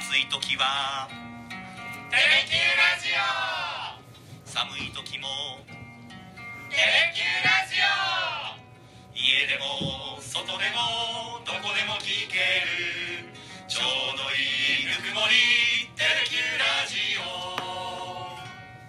暑い時はテレキューラジオ、寒い時もテレキューラジオ、家でも外でもどこでも聞けるちょうどいいぬくもり、テレキューラジオ。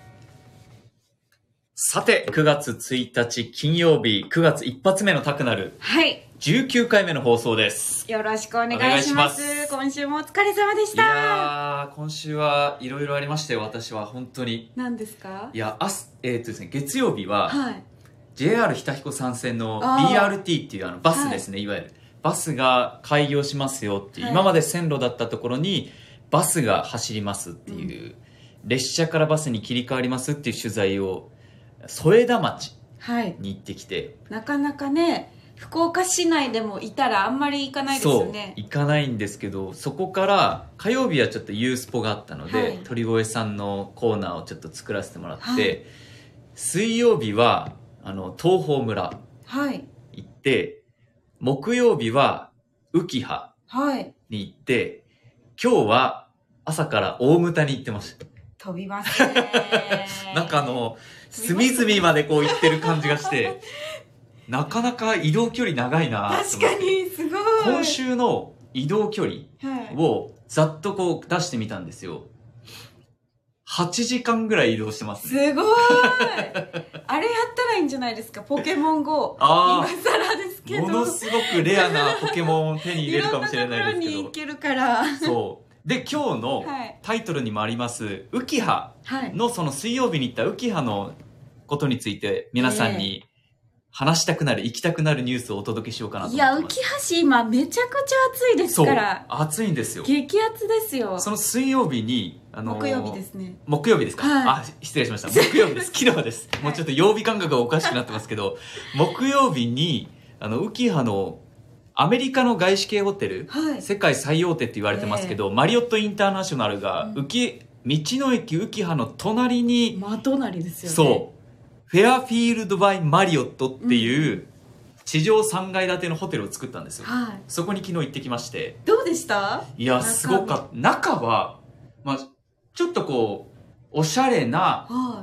さて9月1日金曜日、9月一発目のタクナル、 はい 19回目の放送です。 よろしくお願いします。今週もお疲れ様でした。 いやー、今週はいろいろありましたよ。私は本当に。 何ですか？ いや、ですね、月曜日は、 はい、 JR 日田彦山線の BRT っていうバスですね、はい、いわゆるバスが開業しますよっていう、はい、今まで線路だったところにバスが走りますっていう、列車からバスに切り替わりますっていう取材を添田町に行ってきて、 なかなかね、福岡市内でもいたらあんまり行かないですよね。 そう行かないんですけど、そこから火曜日はちょっとユースポがあったので、はい、鳥越さんのコーナーをちょっと作らせてもらって、はい、水曜日は東峰村行って、はい、木曜日は浮羽に行って、はい、今日は朝から大牟田に行ってました。 飛びますねなんか隅々までこう行ってる感じがしてなかなか移動距離長いな。 確かにすごい。 今週の移動距離をざっとこう出してみたんですよ。8時間ぐらい移動してますね。 すごいあれやったらいいんじゃないですか、ポケモン GO。 今更ですけど、 ものすごくレアなポケモンを手に入れるかもしれないですけど、 いろんなところに行けるからそうで、今日のタイトルにもあります浮羽の、その水曜日に行った浮羽のことについて皆さんに話したくなる、行きたくなるニュースをお届けしようかなと思ってます。 いや、浮橋今めちゃくちゃ暑いですから。 そう、暑いんですよ。 激アツですよ。 その水曜日に、 木曜日ですね。 木曜日ですか、はい、失礼しました。木曜日です。昨日です。もうちょっと曜日感覚がおかしくなってますけど、木曜日に、浮羽のアメリカの外資系ホテル、はい、世界最大手って言われてますけど、マリオットインターナショナルが、道の駅浮羽の隣に、 真隣ですよね。 そう。フェアフィールドバイマリオットっていう地上3階建てのホテルを作ったんですよ、はい、そこに昨日行ってきまして。 どうでした？ いや、すごかった。中は、ちょっとこうおしゃれな、はい、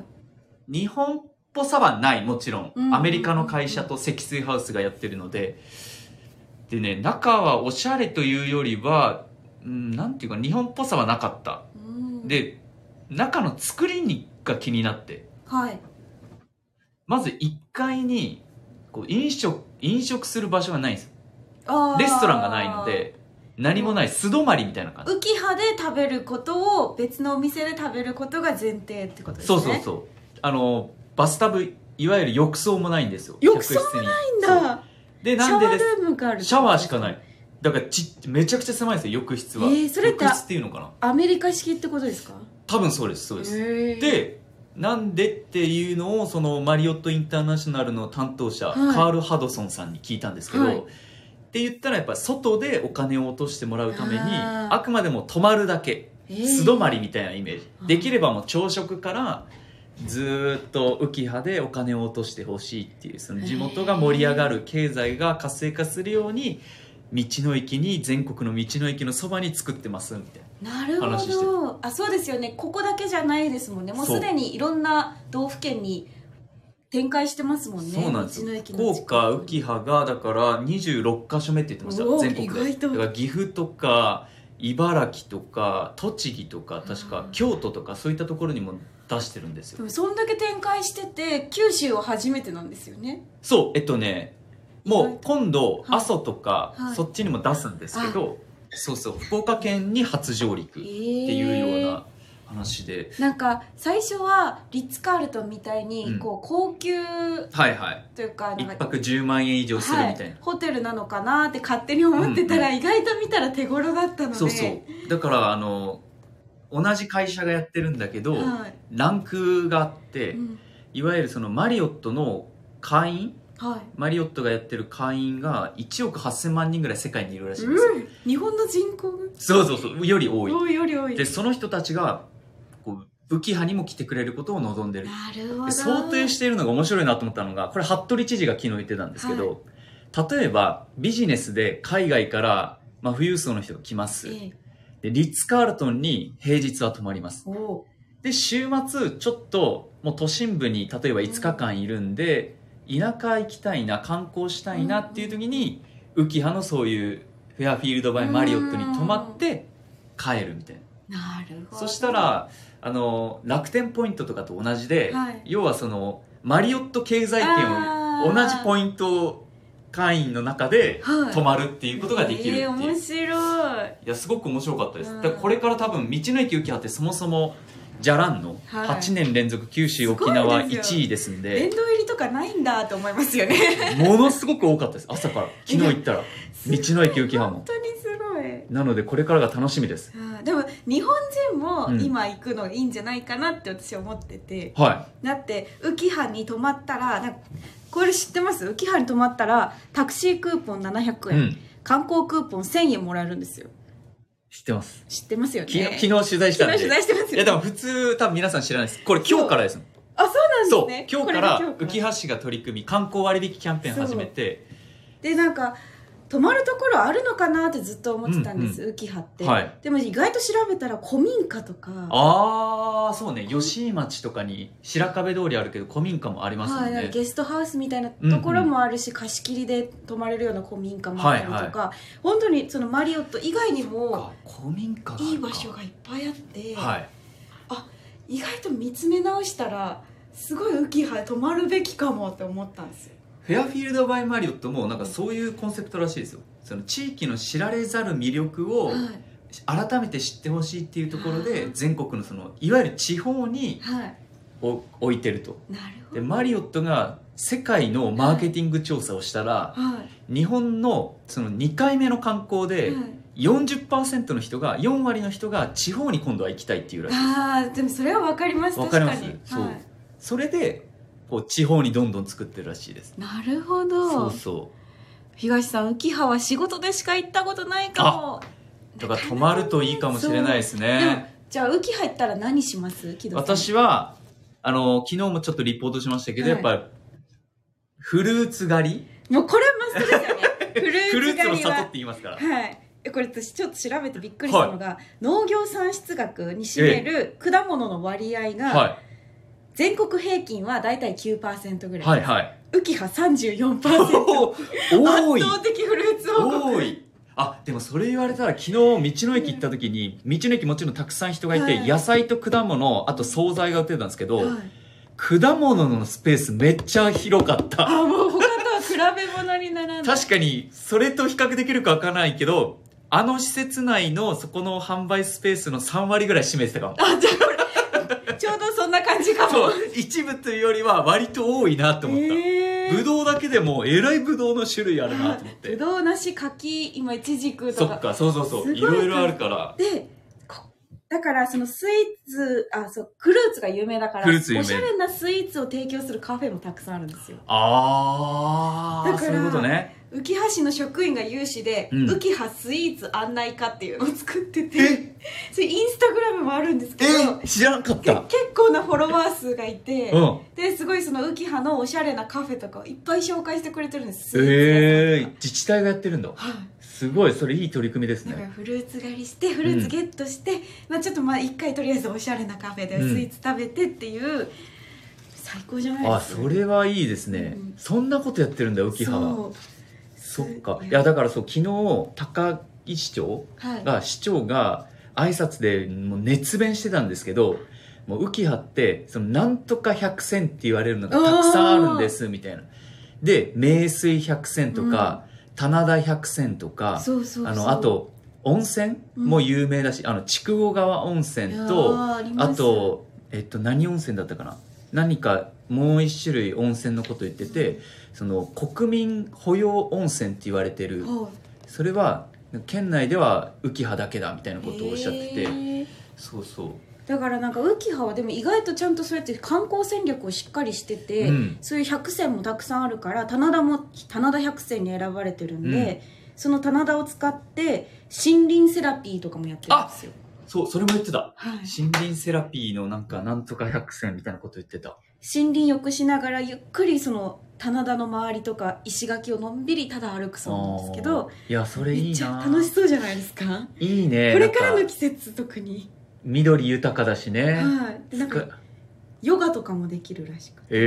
日本っぽさはない、もちろん、アメリカの会社と積水ハウスがやってるので、でね、中はおしゃれというよりは、なんていうか日本っぽさはなかった、で、中の作りが気になって、はい、まず1階にこう飲食する場所がないんです。レストランがないので何もない、素泊まりみたいな感じ。 浮羽で食べることを別のお店で食べることが前提ってことですね。 そうバスタブ、いわゆる浴槽もないんですよ。 浴槽もないんだ。 で、なんでです。 シャワールームがある。 シャワーしかない。だからめちゃくちゃ狭いんですよ、浴室は。 それって浴室っていうのかな、 アメリカ式ってことですか？ 多分そうです、そうです。で、なんでっていうのをそのマリオットインターナショナルの担当者、はい、カール・ハドソンさんに聞いたんですけど、はい、って言ったらやっぱ外でお金を落としてもらうために あくまでも泊まるだけ、素泊まりみたいなイメージ、できればもう朝食からずっと浮羽でお金を落としてほしいっていう、その地元が盛り上がる、経済が活性化するように道の駅に、全国の道の駅のそばに作ってますみたいな話して。 なるほど。そうですよね。ここだけじゃないですもんね。もうすでにいろんな道府県に展開してますもんね。 そうなんですよ。福岡浮羽がだから26カ所目って言ってました、全国で。だから岐阜とか茨城とか栃木とか確か京都とかそういったところにも出してるんですよ。 でもそんだけ展開してて九州は初めてなんですよね。 そう、もう今度阿蘇とか、はい、そっちにも出すんですけど、そうそう、福岡県に初上陸っていうような話で、 なんか最初はリッツ・カールトンみたいにこう高級というか、 1泊10万円以上するみたいな、 ホテルなのかなって勝手に思ってたら、意外と見たら手頃だったので。 そうそう、だから同じ会社がやってるんだけど、ランクがあって、いわゆるそのマリオットの会員、マリオットがやってる会員が1億8000万人ぐらい世界にいるらしいんですよ、 日本の人口がそうより多い。 より多い。 でその人たちがこう浮羽にも来てくれることを望んでる。 なるほど。 想定しているのが面白いなと思ったのが、これ服部知事が昨日言ってたんですけど、例えばビジネスで海外から、富裕層の人が来ます、 で、リッツ・カールトンに平日は泊まります。で、週末、ちょっと、もう都心部に、例えば5日間いるんで、田舎行きたいな、観光したいなっていう時に、ウキハのそういうフェアフィールド・バイ・マリオットに泊まって帰るみたいな。 なるほど。 そしたら、楽天ポイントとかと同じで、 はい、 要はその、マリオット経済圏を同じポイント会員の中で泊まるっていうことができるっていう。 面白い。 いや、すごく面白かったです。だからこれから多分、道の駅ウキハってそもそも、じゃらんの8年連続九州沖縄1位ですんで、 殿堂入りとかないんだと思いますよね。 ものすごく多かったです。朝から昨日行ったら道の駅ウキハも本当にすごい。 なのでこれからが楽しみです。 でも日本人も今行くのいいんじゃないかなって私は思ってて、 はい、 だってウキハに泊まったらなんかこれ知ってます？ウキハに泊まったらタクシークーポン700円、観光クーポン1000円もらえるんですよ。 知ってます。 知ってますよね。 昨日取材したんで。 昨日取材してますよね。 いやでも普通多分皆さん知らないです。これ今日からです。 あ、そうなんですね。 そう、今日からうきは市が取り組み観光割引キャンペーン始めて、 でなんか泊まるところあるのかなってずっと思ってたんです、ウキハって、はい、でも意外と調べたら古民家とか、 ああそうね、吉井町とかに白壁通りあるけど古民家もありますもんね、 はい、ゲストハウスみたいなところもあるし、貸し切りで泊まれるような古民家もあったりとか、はいはい、本当にそのマリオット以外にも古民家いい場所がいっぱいあって、 はい、 あ、意外と見つめ直したらすごいウキハ泊まるべきかもって思ったんですよ。 フェアフィールド・バイ・マリオットもなんかそういうコンセプトらしいですよ。その地域の知られざる魅力を改めて知ってほしいっていうところで、全国のそのいわゆる地方に置いてると。 なるほど。でマリオットが世界のマーケティング調査をしたら、日本のその2回目の観光で 40% の人が4割の人が地方に今度は行きたいっていうらしいです。 ああ、でもそれは分かります。 分かります。そう、それでこう地方にどんどん作ってるらしいです。 なるほど。 そうそう。 東さん、ウキハは仕事でしか行ったことないかも。 だから泊まるといいかもしれないですね。 でもじゃあウキハ行ったら何します？ 私は昨日もちょっとリポートしましたけど、やっぱフルーツ狩り。 もうこれはマストですよね。 フルーツの里って言いますから。 はい。これ私ちょっと調べてびっくりしたのが、農業産出額に占める果物の割合が、全国平均はだいたい 9% ぐらい。 はいはい。 ウキハ 34%。 多い。 圧倒的フルーツ王国。 多い。あ、でもそれ言われたら昨日道の駅行った時に、道の駅もちろんたくさん人がいて、野菜と果物、あと惣菜が売ってたんですけど、果物のスペースめっちゃ広かった。 あ、もう他とは比べ物にならない。 確かに、それと比較できるかわからないけど、施設内のそこの販売スペースの3割ぐらい占めてたかも。 あ、じゃあこれ、ちょうどそんな感じかも。 そう、一部というよりは割と多いなと思った。ぶどうだけでもえらいぶどうの種類あるなと思って。 ぶどう、梨、柿、今いちじくとか。 そっか、そうそうそう。いろいろあるから。 で、だからそのスイーツ、フルーツが有名だから、おしゃれなスイーツを提供するカフェもたくさんあるんですよ。 ああ、そういうことね。 うきは市の職員が有志で、うきはスイーツ案内課っていうのを作ってて、それインスタグラムもあるんですけど、 知らんかった。 結構なフォロワー数がいて、で、すごいそのうきはのおしゃれなカフェとかをいっぱい紹介してくれてるんです。 自治体がやってるんだ。 はい。 すごい、それいい取り組みですね。 だからフルーツ狩りしてフルーツゲットして、ちょっと一回とりあえずおしゃれなカフェでスイーツ食べてっていう、最高じゃないですか。 あ、それはいいですね。そんなことやってるんだ、うきはは。そっか。いや、だからそう、昨日高木市長が、市長が挨拶でもう熱弁してたんですけど、もううきはってそのなんとか100選って言われるのがたくさんあるんですみたいな。で、名水100選とか、棚田100選とか、あと温泉も有名だし、筑後川温泉と、あと何温泉だったかな、何かもう一種類温泉のこと言ってて、その国民保養温泉って言われてる、それは県内ではうきはだけだみたいなことをおっしゃってて、そうそう。 だからなんかうきははでも意外とちゃんとそうやって観光戦略をしっかりしてて、そういう100選もたくさんあるから、棚田100選に選ばれてるんで、その棚田を使って森林セラピーとかもやってるんですよ。 そう、それも言ってた、森林セラピーのなんとか100選みたいなこと言ってた。 森林浴しながらゆっくりその棚田の周りとか石垣をのんびりただ歩くそうなんですけど、 いやそれいいな、 めっちゃ楽しそうじゃないですか。 いいね。 これからの季節特に緑豊かだしね。 はい。でなんかヨガとかもできるらしくて。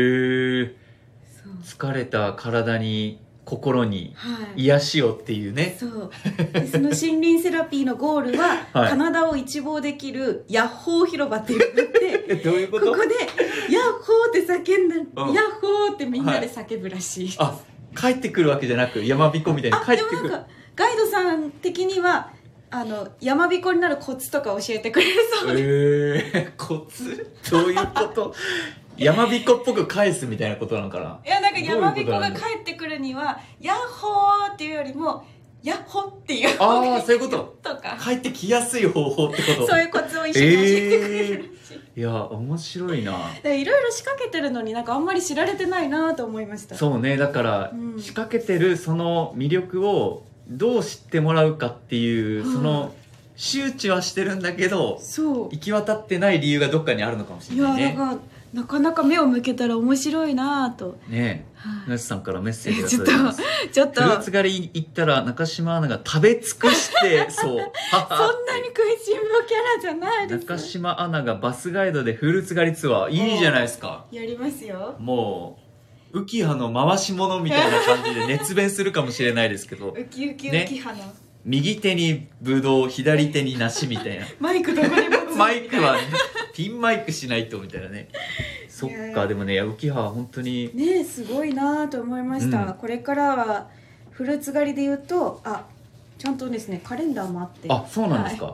疲れた体に心にはい、 癒しをっていうね。 そうでその森林セラピーのゴールは、はい、棚田を一望できるヤッホー広場っていうのがあってどういうこと？ ここでヤッホーって叫んだ、ヤッホーってみんなで叫ぶらしい、 はい、帰ってくるわけじゃなく山彦みたいに帰ってくる。 でもなんかガイドさん的には山彦になるコツとか教えてくれるそうで、 コツ？どういうこと山彦っぽく返すみたいなことなのかな。 いやなんか山彦が帰ってくるにはヤッホーっていうよりもヤッホっていう方がいいそういうこととか、 帰ってきやすい方法ってこと。 そういうコツを一緒に教えてくれるらしい、 いや面白いな。 いろいろ仕掛けてるのになんかあんまり知られてないなと思いました。 そうね、だから、仕掛けてるその魅力をどう知ってもらうかっていう、その周知はしてるんだけど行き渡ってない理由がどっかにあるのかもしれないね。 いやだからなかなか目を向けたら面白いなとねえ、なしさんからメッセージが届いてます。ちょっとフルーツ狩り行ったら中島アナが食べ尽くしてそうそんなに食いしん坊キャラじゃないです。 中島アナがバスガイドでフルーツ狩りツアー、いいじゃないですか。 やりますよ。 もう浮葉の回し物みたいな感じで熱弁するかもしれないですけどウキウキ浮葉の、ね、 右手にブドウ左手に梨みたいなマイクどこに持つマイクは、ね、ピンマイクしないとみたいなね。そっか、でもね浮葉は本当にねすごいなと思いました、これからはフルーツ狩りで言うとちゃんとですねカレンダーもあって。 そうなんですか、はい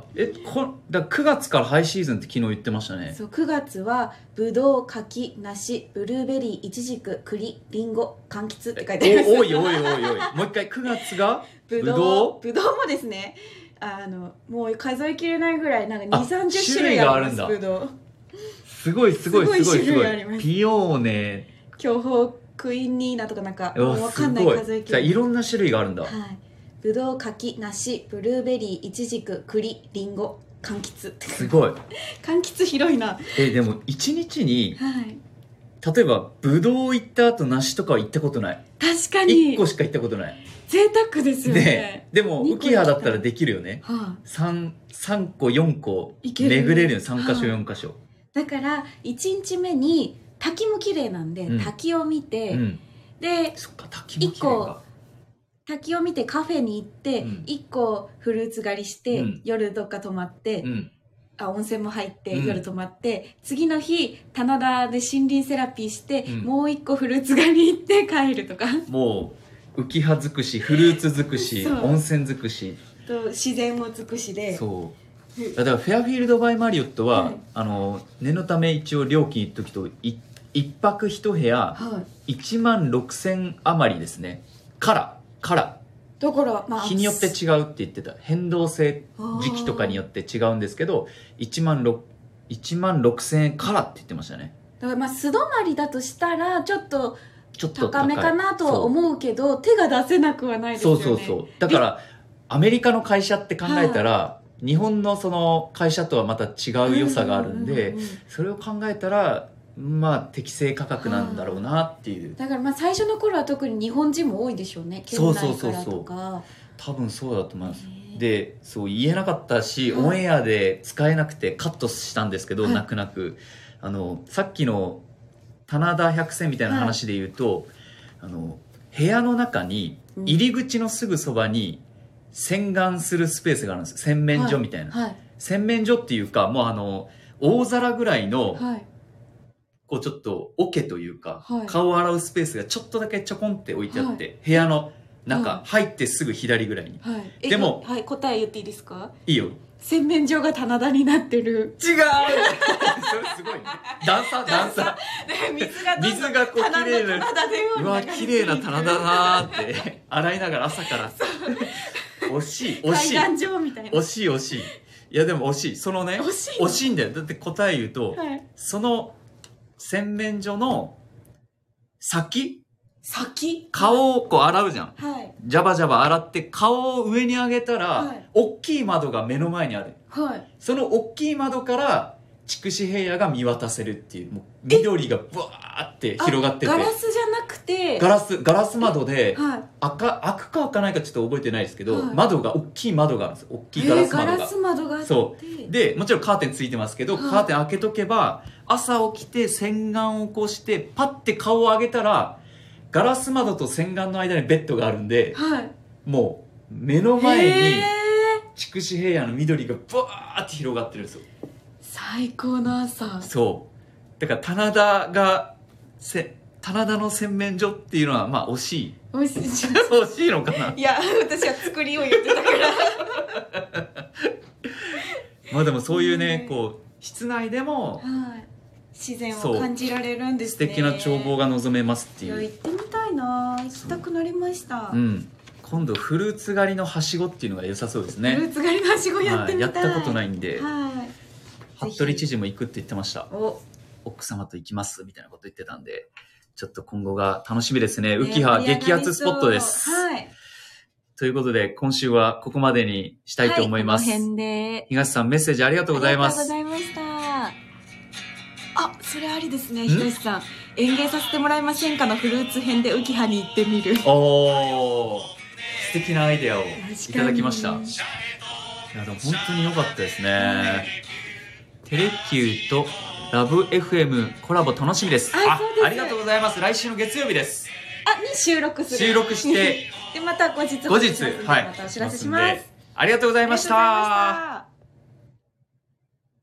、9月からハイシーズンって昨日言ってましたね。 そう9月はブドウ、柿、梨、ブルーベリー、イチジク、栗、リンゴ、柑橘って書いてあります。 おいもう一回9月がブドウもですねもう数えきれないぐらいなんか 2,30 種類あります。ブドウすごい種類あります。 ピオーネ、 巨峰、クイニーナとかなんかもう分かんない数えきれない。 いろんな種類があるんだ。 はい。ブドウ、柿、梨、ブルーベリー、イチジク、栗、リンゴ、柑橘。 すごい。 柑橘広いな。 でも1日に、例えばブドウ行った後梨とかは行ったことない。 確かに。 1個しか行ったことない。 贅沢ですよね。 でも浮葉だったらできるよね。3個4個巡れるよ、3箇所4箇所。だから1日目に滝も綺麗なんで、滝を見て、で1個滝を見てカフェに行って、1個フルーツ狩りして、夜どっか泊まって、温泉も入って、夜泊まって、次の日棚田で森林セラピーして、もう1個フルーツ狩り行って帰るとか。 もう浮葉尽くし、フルーツ尽くし、温泉尽くしと自然も尽くしで。 そうだからフェアフィールドバイマリオットは、念のため一応料金言っとくと1泊1部屋1万6000余りですね。からだから、 日によって違うって言ってた。変動性時期とかによって違うんですけど1万6000円からって言ってましたね。 だから素泊まりだとしたらちょっと高めかなとは思うけど、手が出せなくはないですよね。 そうだからアメリカの会社って考えたら、日本のその会社とはまた違う良さがあるんで、それを考えたら適正価格なんだろうなっていう。 だから最初の頃は特に日本人も多いでしょうね。県内からとか。 多分そうだと思います。でそう言えなかったし、オンエアで使えなくてカットしたんですけど、泣く泣くさっきの棚田百選みたいな話で言うと、部屋の中に入り口のすぐそばに洗顔するスペースがあるんです。洗面所みたいな、洗面所っていうかもう大皿ぐらいの、こうちょっと桶というか、顔を洗うスペースがちょっとだけちょこんって置いてあって、部屋の中、入ってすぐ左ぐらいに、でも、 答え言っていいですか？ いいよ。 洗面所が棚田になってる。 違うそれすごいね。段差水がこう綺麗な、うわ綺麗な棚だなーって洗いながら朝から惜しい階段状みたいな。 惜しい。いやでも惜しい。そのね、惜しいんだよ。だって答え言うと、その洗面所の先顔をこう洗うじゃん。ジャバジャバ洗って顔を上に上げたら、大きい窓が目の前にある。その大きい窓から筑紫平野が見渡せるっていう、もう緑がブワーって広がってて、 ガラスじゃなくてガラス窓で、 はい、 開くか開かないかちょっと覚えてないですけど、 はい、 窓が大きい窓があるんですよ。大きいガラス窓が、 ガラス窓があって、 そうでもちろんカーテンついてますけど、カーテン開けとけば朝起きて洗顔をこうしてパッて顔を上げたらガラス窓と洗顔の間にベッドがあるんで、 はい、 もう目の前に筑紫平野の緑がブワーって広がってるんですよ。 最高の朝。 そうだから棚田の洗面所っていうのはまあ惜しい惜しいのかな。 いや私は作りを言ってたからまあでもそういうね、こう室内でも、 はい、自然を感じられるんですね。 素敵な眺望が望めますっていう。 いや行ってみたいな、行きたくなりました。 うん、今度フルーツ狩りのはしごっていうのが良さそうですね。 フルーツ狩りのはしごやってみたい、 やったことないんで、 はい、 服部知事も行くって言ってました。奥様と行きますみたいなこと言ってたんで、ちょっと今後が楽しみですね。浮葉激アツスポットです。 はい。 ということで、今週はここまでにしたいと思います。 はい、この辺で。 東さん、メッセージありがとうございます。 ありがとうございました。あ、それありですね、東さん。園芸させてもらえませんかのフルーツ編で浮葉に行ってみる。 おー、素敵なアイデアをいただきました。いや、でも本当に良かったですね。テレキューとラブ FM コラボ楽しみです。ありがとうございます。来週の月曜日です。 に収録してでまた後日はい、 またお知らせします。 ありがとうございました。